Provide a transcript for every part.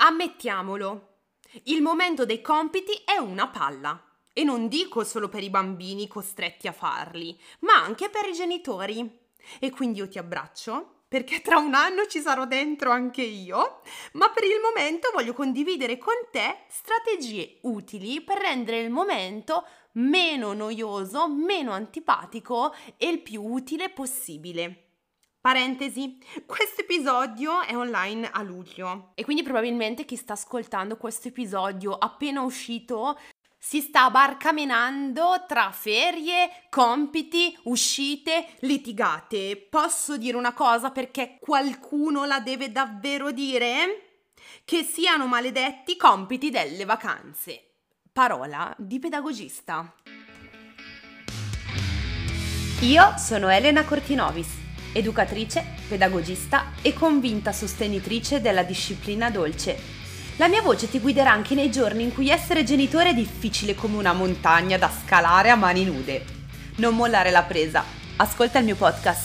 Ammettiamolo, il momento dei compiti è una palla. E non dico solo per i bambini costretti a farli, ma anche per i genitori. E quindi io ti abbraccio, perché tra un anno ci sarò dentro anche io, ma per il momento voglio condividere con te strategie utili per rendere il momento meno noioso, meno antipatico e il più utile possibile. Parentesi, questo episodio è online a luglio e quindi probabilmente chi sta ascoltando questo episodio appena uscito si sta barcamenando tra ferie, compiti, uscite, litigate. Posso dire una cosa perché qualcuno la deve davvero dire? Che siano maledetti compiti delle vacanze. Parola di pedagogista. Io sono Elena Cortinovis, educatrice, pedagogista e convinta sostenitrice della disciplina dolce. La mia voce ti guiderà anche nei giorni in cui essere genitore è difficile come una montagna da scalare a mani nude. Non mollare la presa. Ascolta il mio podcast.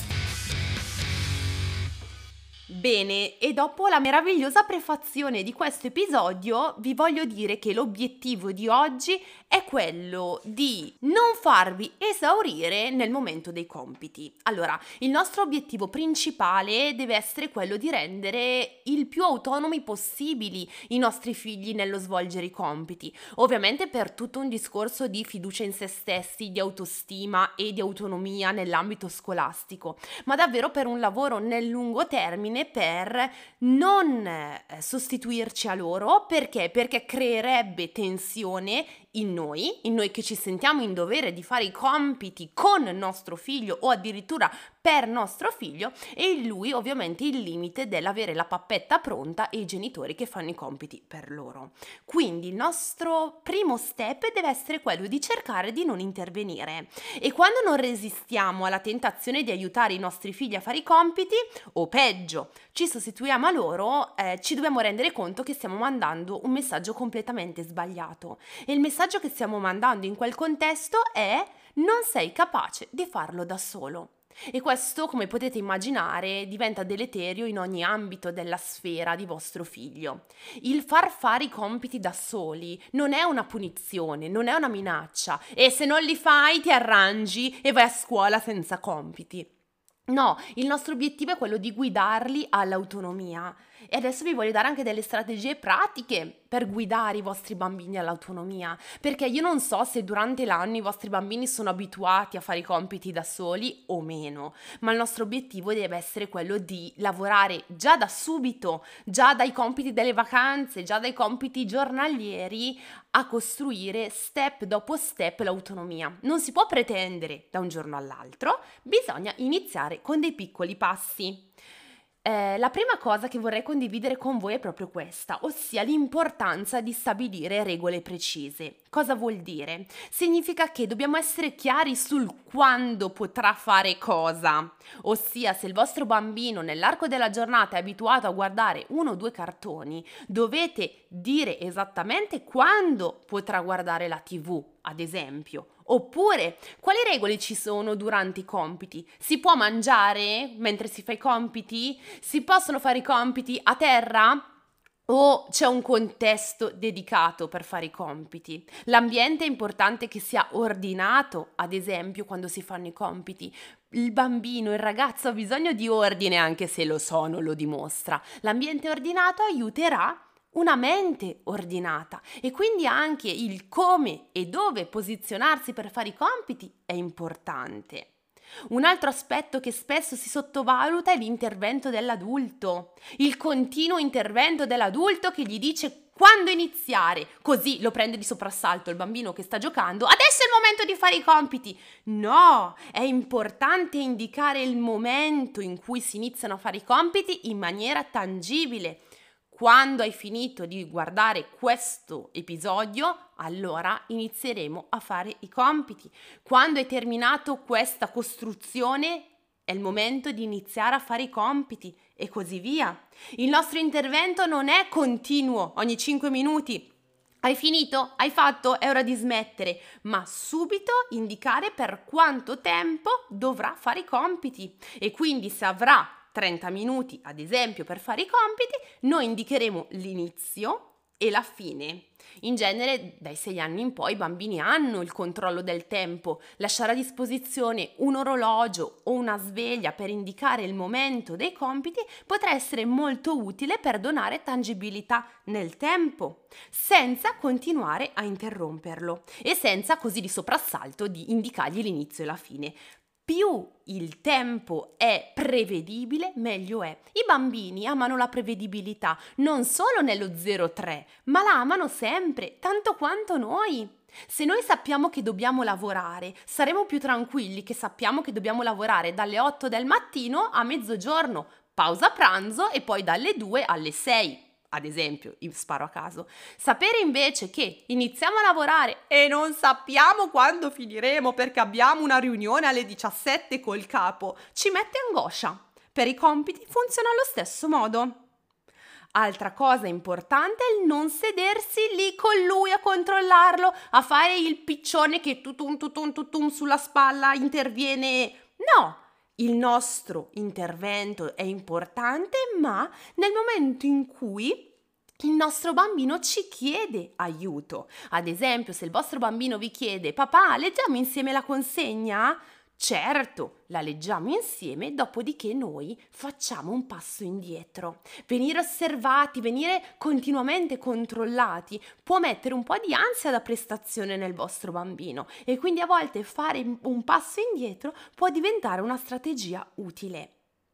Bene, e dopo la meravigliosa prefazione di questo episodio, vi voglio dire che l'obiettivo di oggi è quello di non farvi esaurire nel momento dei compiti. Allora, il nostro obiettivo principale deve essere quello di rendere il più autonomi possibili i nostri figli nello svolgere i compiti. Ovviamente per tutto un discorso di fiducia in se stessi, di autostima e di autonomia nell'ambito scolastico, ma davvero per un lavoro nel lungo termine per non sostituirci a loro. Perché? Perché creerebbe tensione in noi che ci sentiamo in dovere di fare i compiti con nostro figlio o addirittura per nostro figlio, e in lui ovviamente il limite dell'avere la pappetta pronta e i genitori che fanno i compiti per loro. Quindi il nostro primo step deve essere quello di cercare di non intervenire, e quando non resistiamo alla tentazione di aiutare i nostri figli a fare i compiti, o peggio, ci sostituiamo a loro, ci dobbiamo rendere conto che stiamo mandando un messaggio completamente sbagliato. E il messaggio che stiamo mandando in quel contesto è: non sei capace di farlo da solo. E questo, come potete immaginare, diventa deleterio in ogni ambito della sfera di vostro figlio. Il far fare i compiti da soli non è una punizione, non è una minaccia, e se non li fai ti arrangi e vai a scuola senza compiti. No, il nostro obiettivo è quello di guidarli all'autonomia. E adesso vi voglio dare anche delle strategie pratiche per guidare i vostri bambini all'autonomia, perché io non so se durante l'anno i vostri bambini sono abituati a fare i compiti da soli o meno, ma il nostro obiettivo deve essere quello di lavorare già da subito, già dai compiti delle vacanze, già dai compiti giornalieri, a costruire step dopo step l'autonomia. Non si può pretendere da un giorno all'altro, bisogna iniziare con dei piccoli passi. La prima cosa che vorrei condividere con voi è proprio questa, ossia l'importanza di stabilire regole precise. Cosa vuol dire? Significa che dobbiamo essere chiari sul quando potrà fare cosa, ossia se il vostro bambino nell'arco della giornata è abituato a guardare 1 o 2 cartoni, dovete dire esattamente quando potrà guardare la TV, ad esempio. Oppure, quali regole ci sono durante i compiti? Si può mangiare mentre si fa i compiti? Si possono fare i compiti a terra? O c'è un contesto dedicato per fare i compiti? L'ambiente è importante che sia ordinato, ad esempio, quando si fanno i compiti. Il bambino, il ragazzo ha bisogno di ordine, anche se lo so, non lo dimostra. L'ambiente ordinato aiuterà una mente ordinata, e quindi anche il come e dove posizionarsi per fare i compiti è importante. Un altro aspetto che spesso si sottovaluta è l'intervento dell'adulto, il continuo intervento dell'adulto che gli dice quando iniziare, così lo prende di soprassalto il bambino che sta giocando. Adesso è il momento di fare i compiti. No, è importante indicare il momento in cui si iniziano a fare i compiti in maniera tangibile. Quando hai finito di guardare questo episodio, allora inizieremo a fare i compiti. Quando hai terminato questa costruzione, è il momento di iniziare a fare i compiti, e così via. Il nostro intervento non è continuo, ogni 5 minuti. Hai finito? Hai fatto? È ora di smettere. Ma subito indicare per quanto tempo dovrà fare i compiti. E quindi se avrà 30 minuti, ad esempio, per fare i compiti, noi indicheremo l'inizio e la fine. In genere dai 6 anni in poi i bambini hanno il controllo del tempo. Lasciare a disposizione un orologio o una sveglia per indicare il momento dei compiti potrà essere molto utile per donare tangibilità nel tempo, senza continuare a interromperlo e senza così di soprassalto di indicargli l'inizio e la fine. Più il tempo è prevedibile, meglio è. I bambini amano la prevedibilità, non solo nello 0-3, ma la amano sempre, tanto quanto noi. Se noi sappiamo che dobbiamo lavorare, saremo più tranquilli che sappiamo che dobbiamo lavorare dalle 8 del mattino a mezzogiorno, pausa pranzo e poi dalle 2 alle 6. Ad esempio, io sparo a caso. Sapere invece che iniziamo a lavorare e non sappiamo quando finiremo perché abbiamo una riunione alle 17 col capo, ci mette angoscia. Per i compiti funziona allo stesso modo. Altra cosa importante è il non sedersi lì con lui a controllarlo, a fare il piccione che tutum sulla spalla interviene. No! Il nostro intervento è importante, ma nel momento in cui il nostro bambino ci chiede aiuto. Ad esempio, se il vostro bambino vi chiede: papà, leggiamo insieme la consegna? Certo, la leggiamo insieme, dopodiché noi facciamo un passo indietro. Venire osservati, venire continuamente controllati può mettere un po' di ansia da prestazione nel vostro bambino e quindi a volte fare un passo indietro può diventare una strategia utile.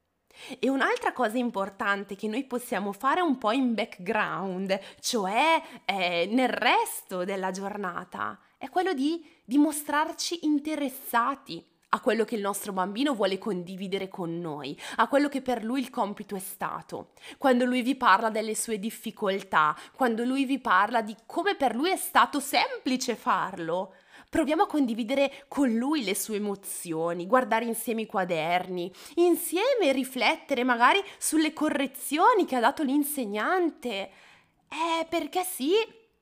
E un'altra cosa importante che noi possiamo fare un po' in background, cioè nel resto della giornata, è quello di dimostrarci interessati a quello che il nostro bambino vuole condividere con noi, a quello che per lui il compito è stato. Quando lui vi parla delle sue difficoltà, quando lui vi parla di come per lui è stato semplice farlo, proviamo a condividere con lui le sue emozioni, guardare insieme i quaderni, insieme riflettere magari sulle correzioni che ha dato l'insegnante. Perché sì,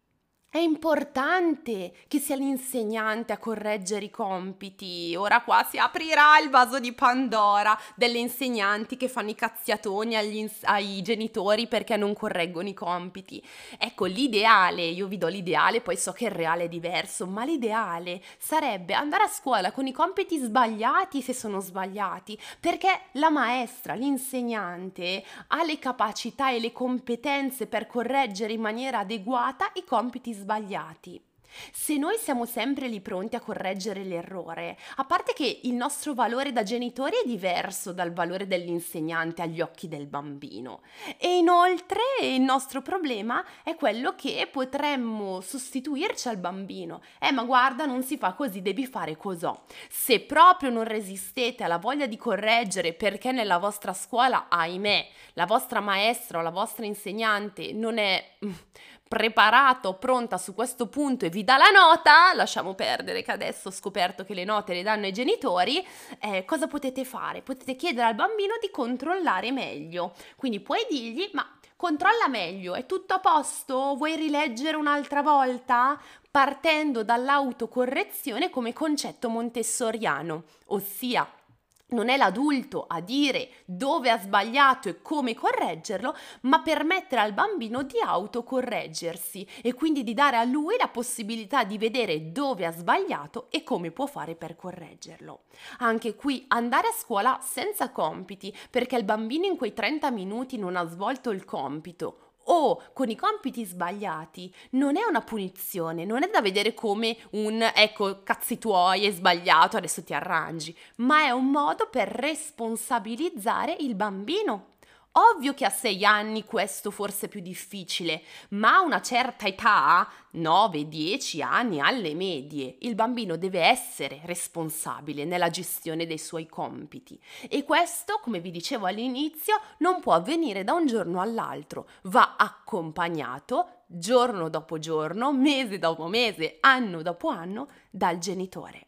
è importante che sia l'insegnante a correggere i compiti. Ora qua si aprirà il vaso di Pandora delle insegnanti che fanno i cazziatoni ai genitori perché non correggono i compiti. Ecco, l'ideale, io vi do l'ideale, poi so che il reale è diverso, ma l'ideale sarebbe andare a scuola con i compiti sbagliati se sono sbagliati, perché la maestra, l'insegnante ha le capacità e le competenze per correggere in maniera adeguata i compiti sbagliati. Se noi siamo sempre lì pronti a correggere l'errore, a parte che il nostro valore da genitori è diverso dal valore dell'insegnante agli occhi del bambino, e inoltre il nostro problema è quello che potremmo sostituirci al bambino. Ma guarda, non si fa così, devi fare cosò. Se proprio non resistete alla voglia di correggere perché nella vostra scuola, ahimè, la vostra maestra o la vostra insegnante non è preparata o pronta su questo punto e vi dà la nota, lasciamo perdere che adesso ho scoperto che le note le danno i genitori, cosa potete fare? Potete chiedere al bambino di controllare meglio. Quindi puoi dirgli: ma controlla meglio, è tutto a posto? Vuoi rileggere un'altra volta? Partendo dall'autocorrezione come concetto montessoriano, ossia non è l'adulto a dire dove ha sbagliato e come correggerlo, ma permettere al bambino di autocorreggersi e quindi di dare a lui la possibilità di vedere dove ha sbagliato e come può fare per correggerlo. Anche qui andare a scuola senza compiti, perché il bambino in quei 30 minuti non ha svolto il compito o con i compiti sbagliati, non è una punizione, non è da vedere come un ecco, cazzi tuoi, è sbagliato, adesso ti arrangi, ma è un modo per responsabilizzare il bambino. Ovvio che a 6 anni questo forse è più difficile, ma a una certa età, 9-10 anni alle medie, il bambino deve essere responsabile nella gestione dei suoi compiti. E questo, come vi dicevo all'inizio, non può avvenire da un giorno all'altro, va accompagnato giorno dopo giorno, mese dopo mese, anno dopo anno dal genitore.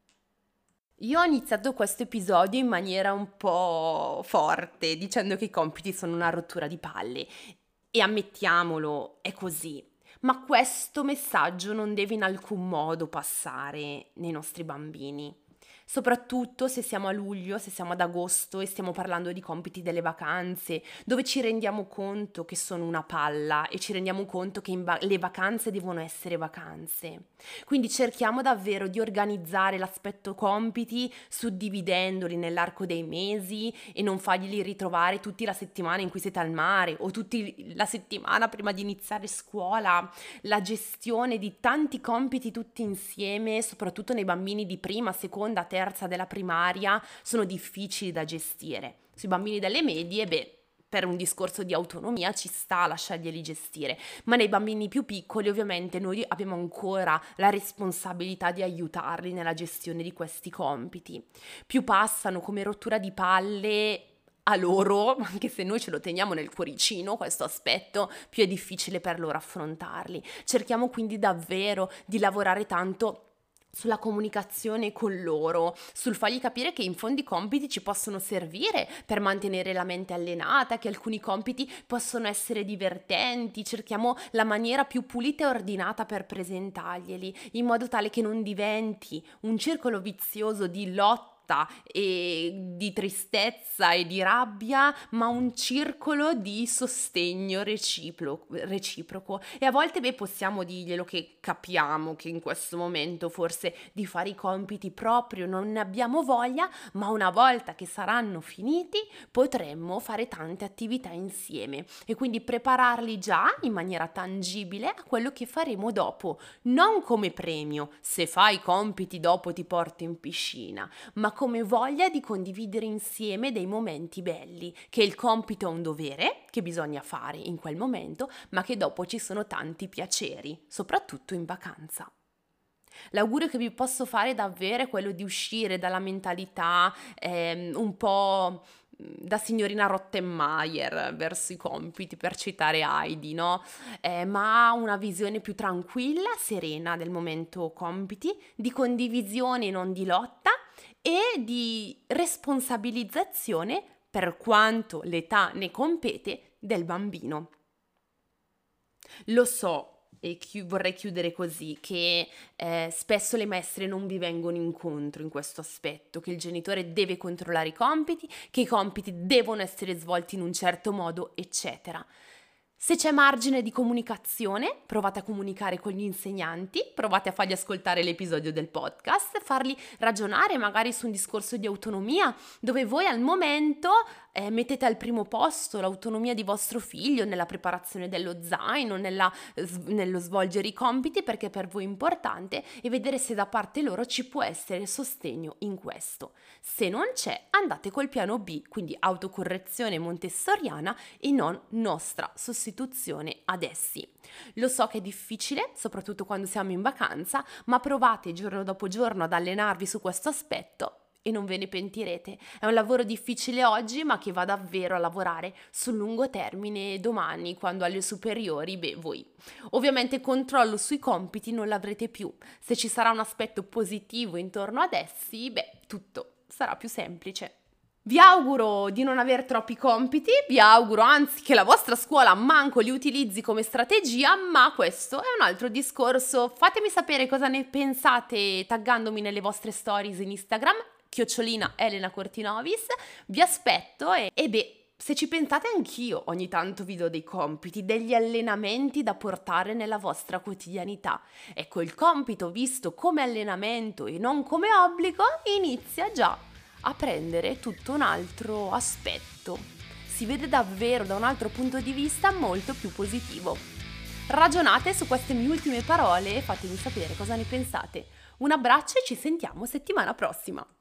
Io ho iniziato questo episodio in maniera un po' forte, dicendo che i compiti sono una rottura di palle. E ammettiamolo, è così. Ma questo messaggio non deve in alcun modo passare nei nostri bambini. Soprattutto se siamo a luglio, se siamo ad agosto e stiamo parlando di compiti delle vacanze, dove ci rendiamo conto che sono una palla e ci rendiamo conto che le vacanze devono essere vacanze. Quindi cerchiamo davvero di organizzare l'aspetto compiti suddividendoli nell'arco dei mesi e non farglieli ritrovare tutti la settimana in cui siete al mare o tutti la settimana prima di iniziare scuola. La gestione di tanti compiti tutti insieme, soprattutto nei bambini di prima, seconda, terza della primaria, sono difficili da gestire. Sui bambini delle medie, per un discorso di autonomia ci sta a lasciarglieli gestire, ma nei bambini più piccoli ovviamente noi abbiamo ancora la responsabilità di aiutarli nella gestione di questi compiti. Più passano come rottura di palle a loro, anche se noi ce lo teniamo nel cuoricino questo aspetto, più è difficile per loro affrontarli. Cerchiamo quindi davvero di lavorare tanto sulla comunicazione con loro, sul fargli capire che in fondo i compiti ci possono servire per mantenere la mente allenata, che alcuni compiti possono essere divertenti. Cerchiamo la maniera più pulita e ordinata per presentarglieli, in modo tale che non diventi un circolo vizioso di lotta e di tristezza e di rabbia, ma un circolo di sostegno reciproco. E a volte possiamo dirglielo che capiamo che in questo momento forse di fare i compiti proprio non ne abbiamo voglia, ma una volta che saranno finiti potremmo fare tante attività insieme e quindi prepararli già in maniera tangibile a quello che faremo dopo, non come premio, se fai i compiti dopo ti porto in piscina, ma come voglia di condividere insieme dei momenti belli, che il compito è un dovere che bisogna fare in quel momento, ma che dopo ci sono tanti piaceri, soprattutto in vacanza. L'augurio che vi posso fare davvero è quello di uscire dalla mentalità un po' da signorina Rottenmeier verso i compiti, per citare Heidi, no? Ma una visione più tranquilla, serena del momento compiti, di condivisione, non di lotta, e di responsabilizzazione, per quanto l'età ne compete, del bambino. Lo so, e vorrei chiudere così, che spesso le maestre non vi vengono incontro in questo aspetto, che il genitore deve controllare i compiti, che i compiti devono essere svolti in un certo modo, eccetera. Se c'è margine di comunicazione, provate a comunicare con gli insegnanti, provate a fargli ascoltare l'episodio del podcast, farli ragionare magari su un discorso di autonomia, dove voi al momento mettete al primo posto l'autonomia di vostro figlio nella preparazione dello zaino, nello svolgere i compiti, perché per voi è importante, e vedere se da parte loro ci può essere sostegno in questo. Se non c'è, andate col piano B, quindi autocorrezione montessoriana e non nostra sostituzione ad essi. Lo so che è difficile, soprattutto quando siamo in vacanza, ma provate giorno dopo giorno ad allenarvi su questo aspetto e non ve ne pentirete. È un lavoro difficile oggi, ma che va davvero a lavorare sul lungo termine domani, quando alle superiori, voi ovviamente controllo sui compiti non l'avrete più. Se ci sarà un aspetto positivo intorno ad essi, tutto sarà più semplice. Vi auguro di non avere troppi compiti, vi auguro anzi che la vostra scuola manco li utilizzi come strategia, ma questo è un altro discorso. Fatemi sapere cosa ne pensate taggandomi nelle vostre stories in Instagram, @ElenaCortinovis, vi aspetto e se ci pensate anch'io ogni tanto vi do dei compiti, degli allenamenti da portare nella vostra quotidianità. Ecco, il compito visto come allenamento e non come obbligo inizia già a prendere tutto un altro aspetto. Si vede davvero da un altro punto di vista molto più positivo. Ragionate su queste mie ultime parole e fatemi sapere cosa ne pensate. Un abbraccio e ci sentiamo settimana prossima!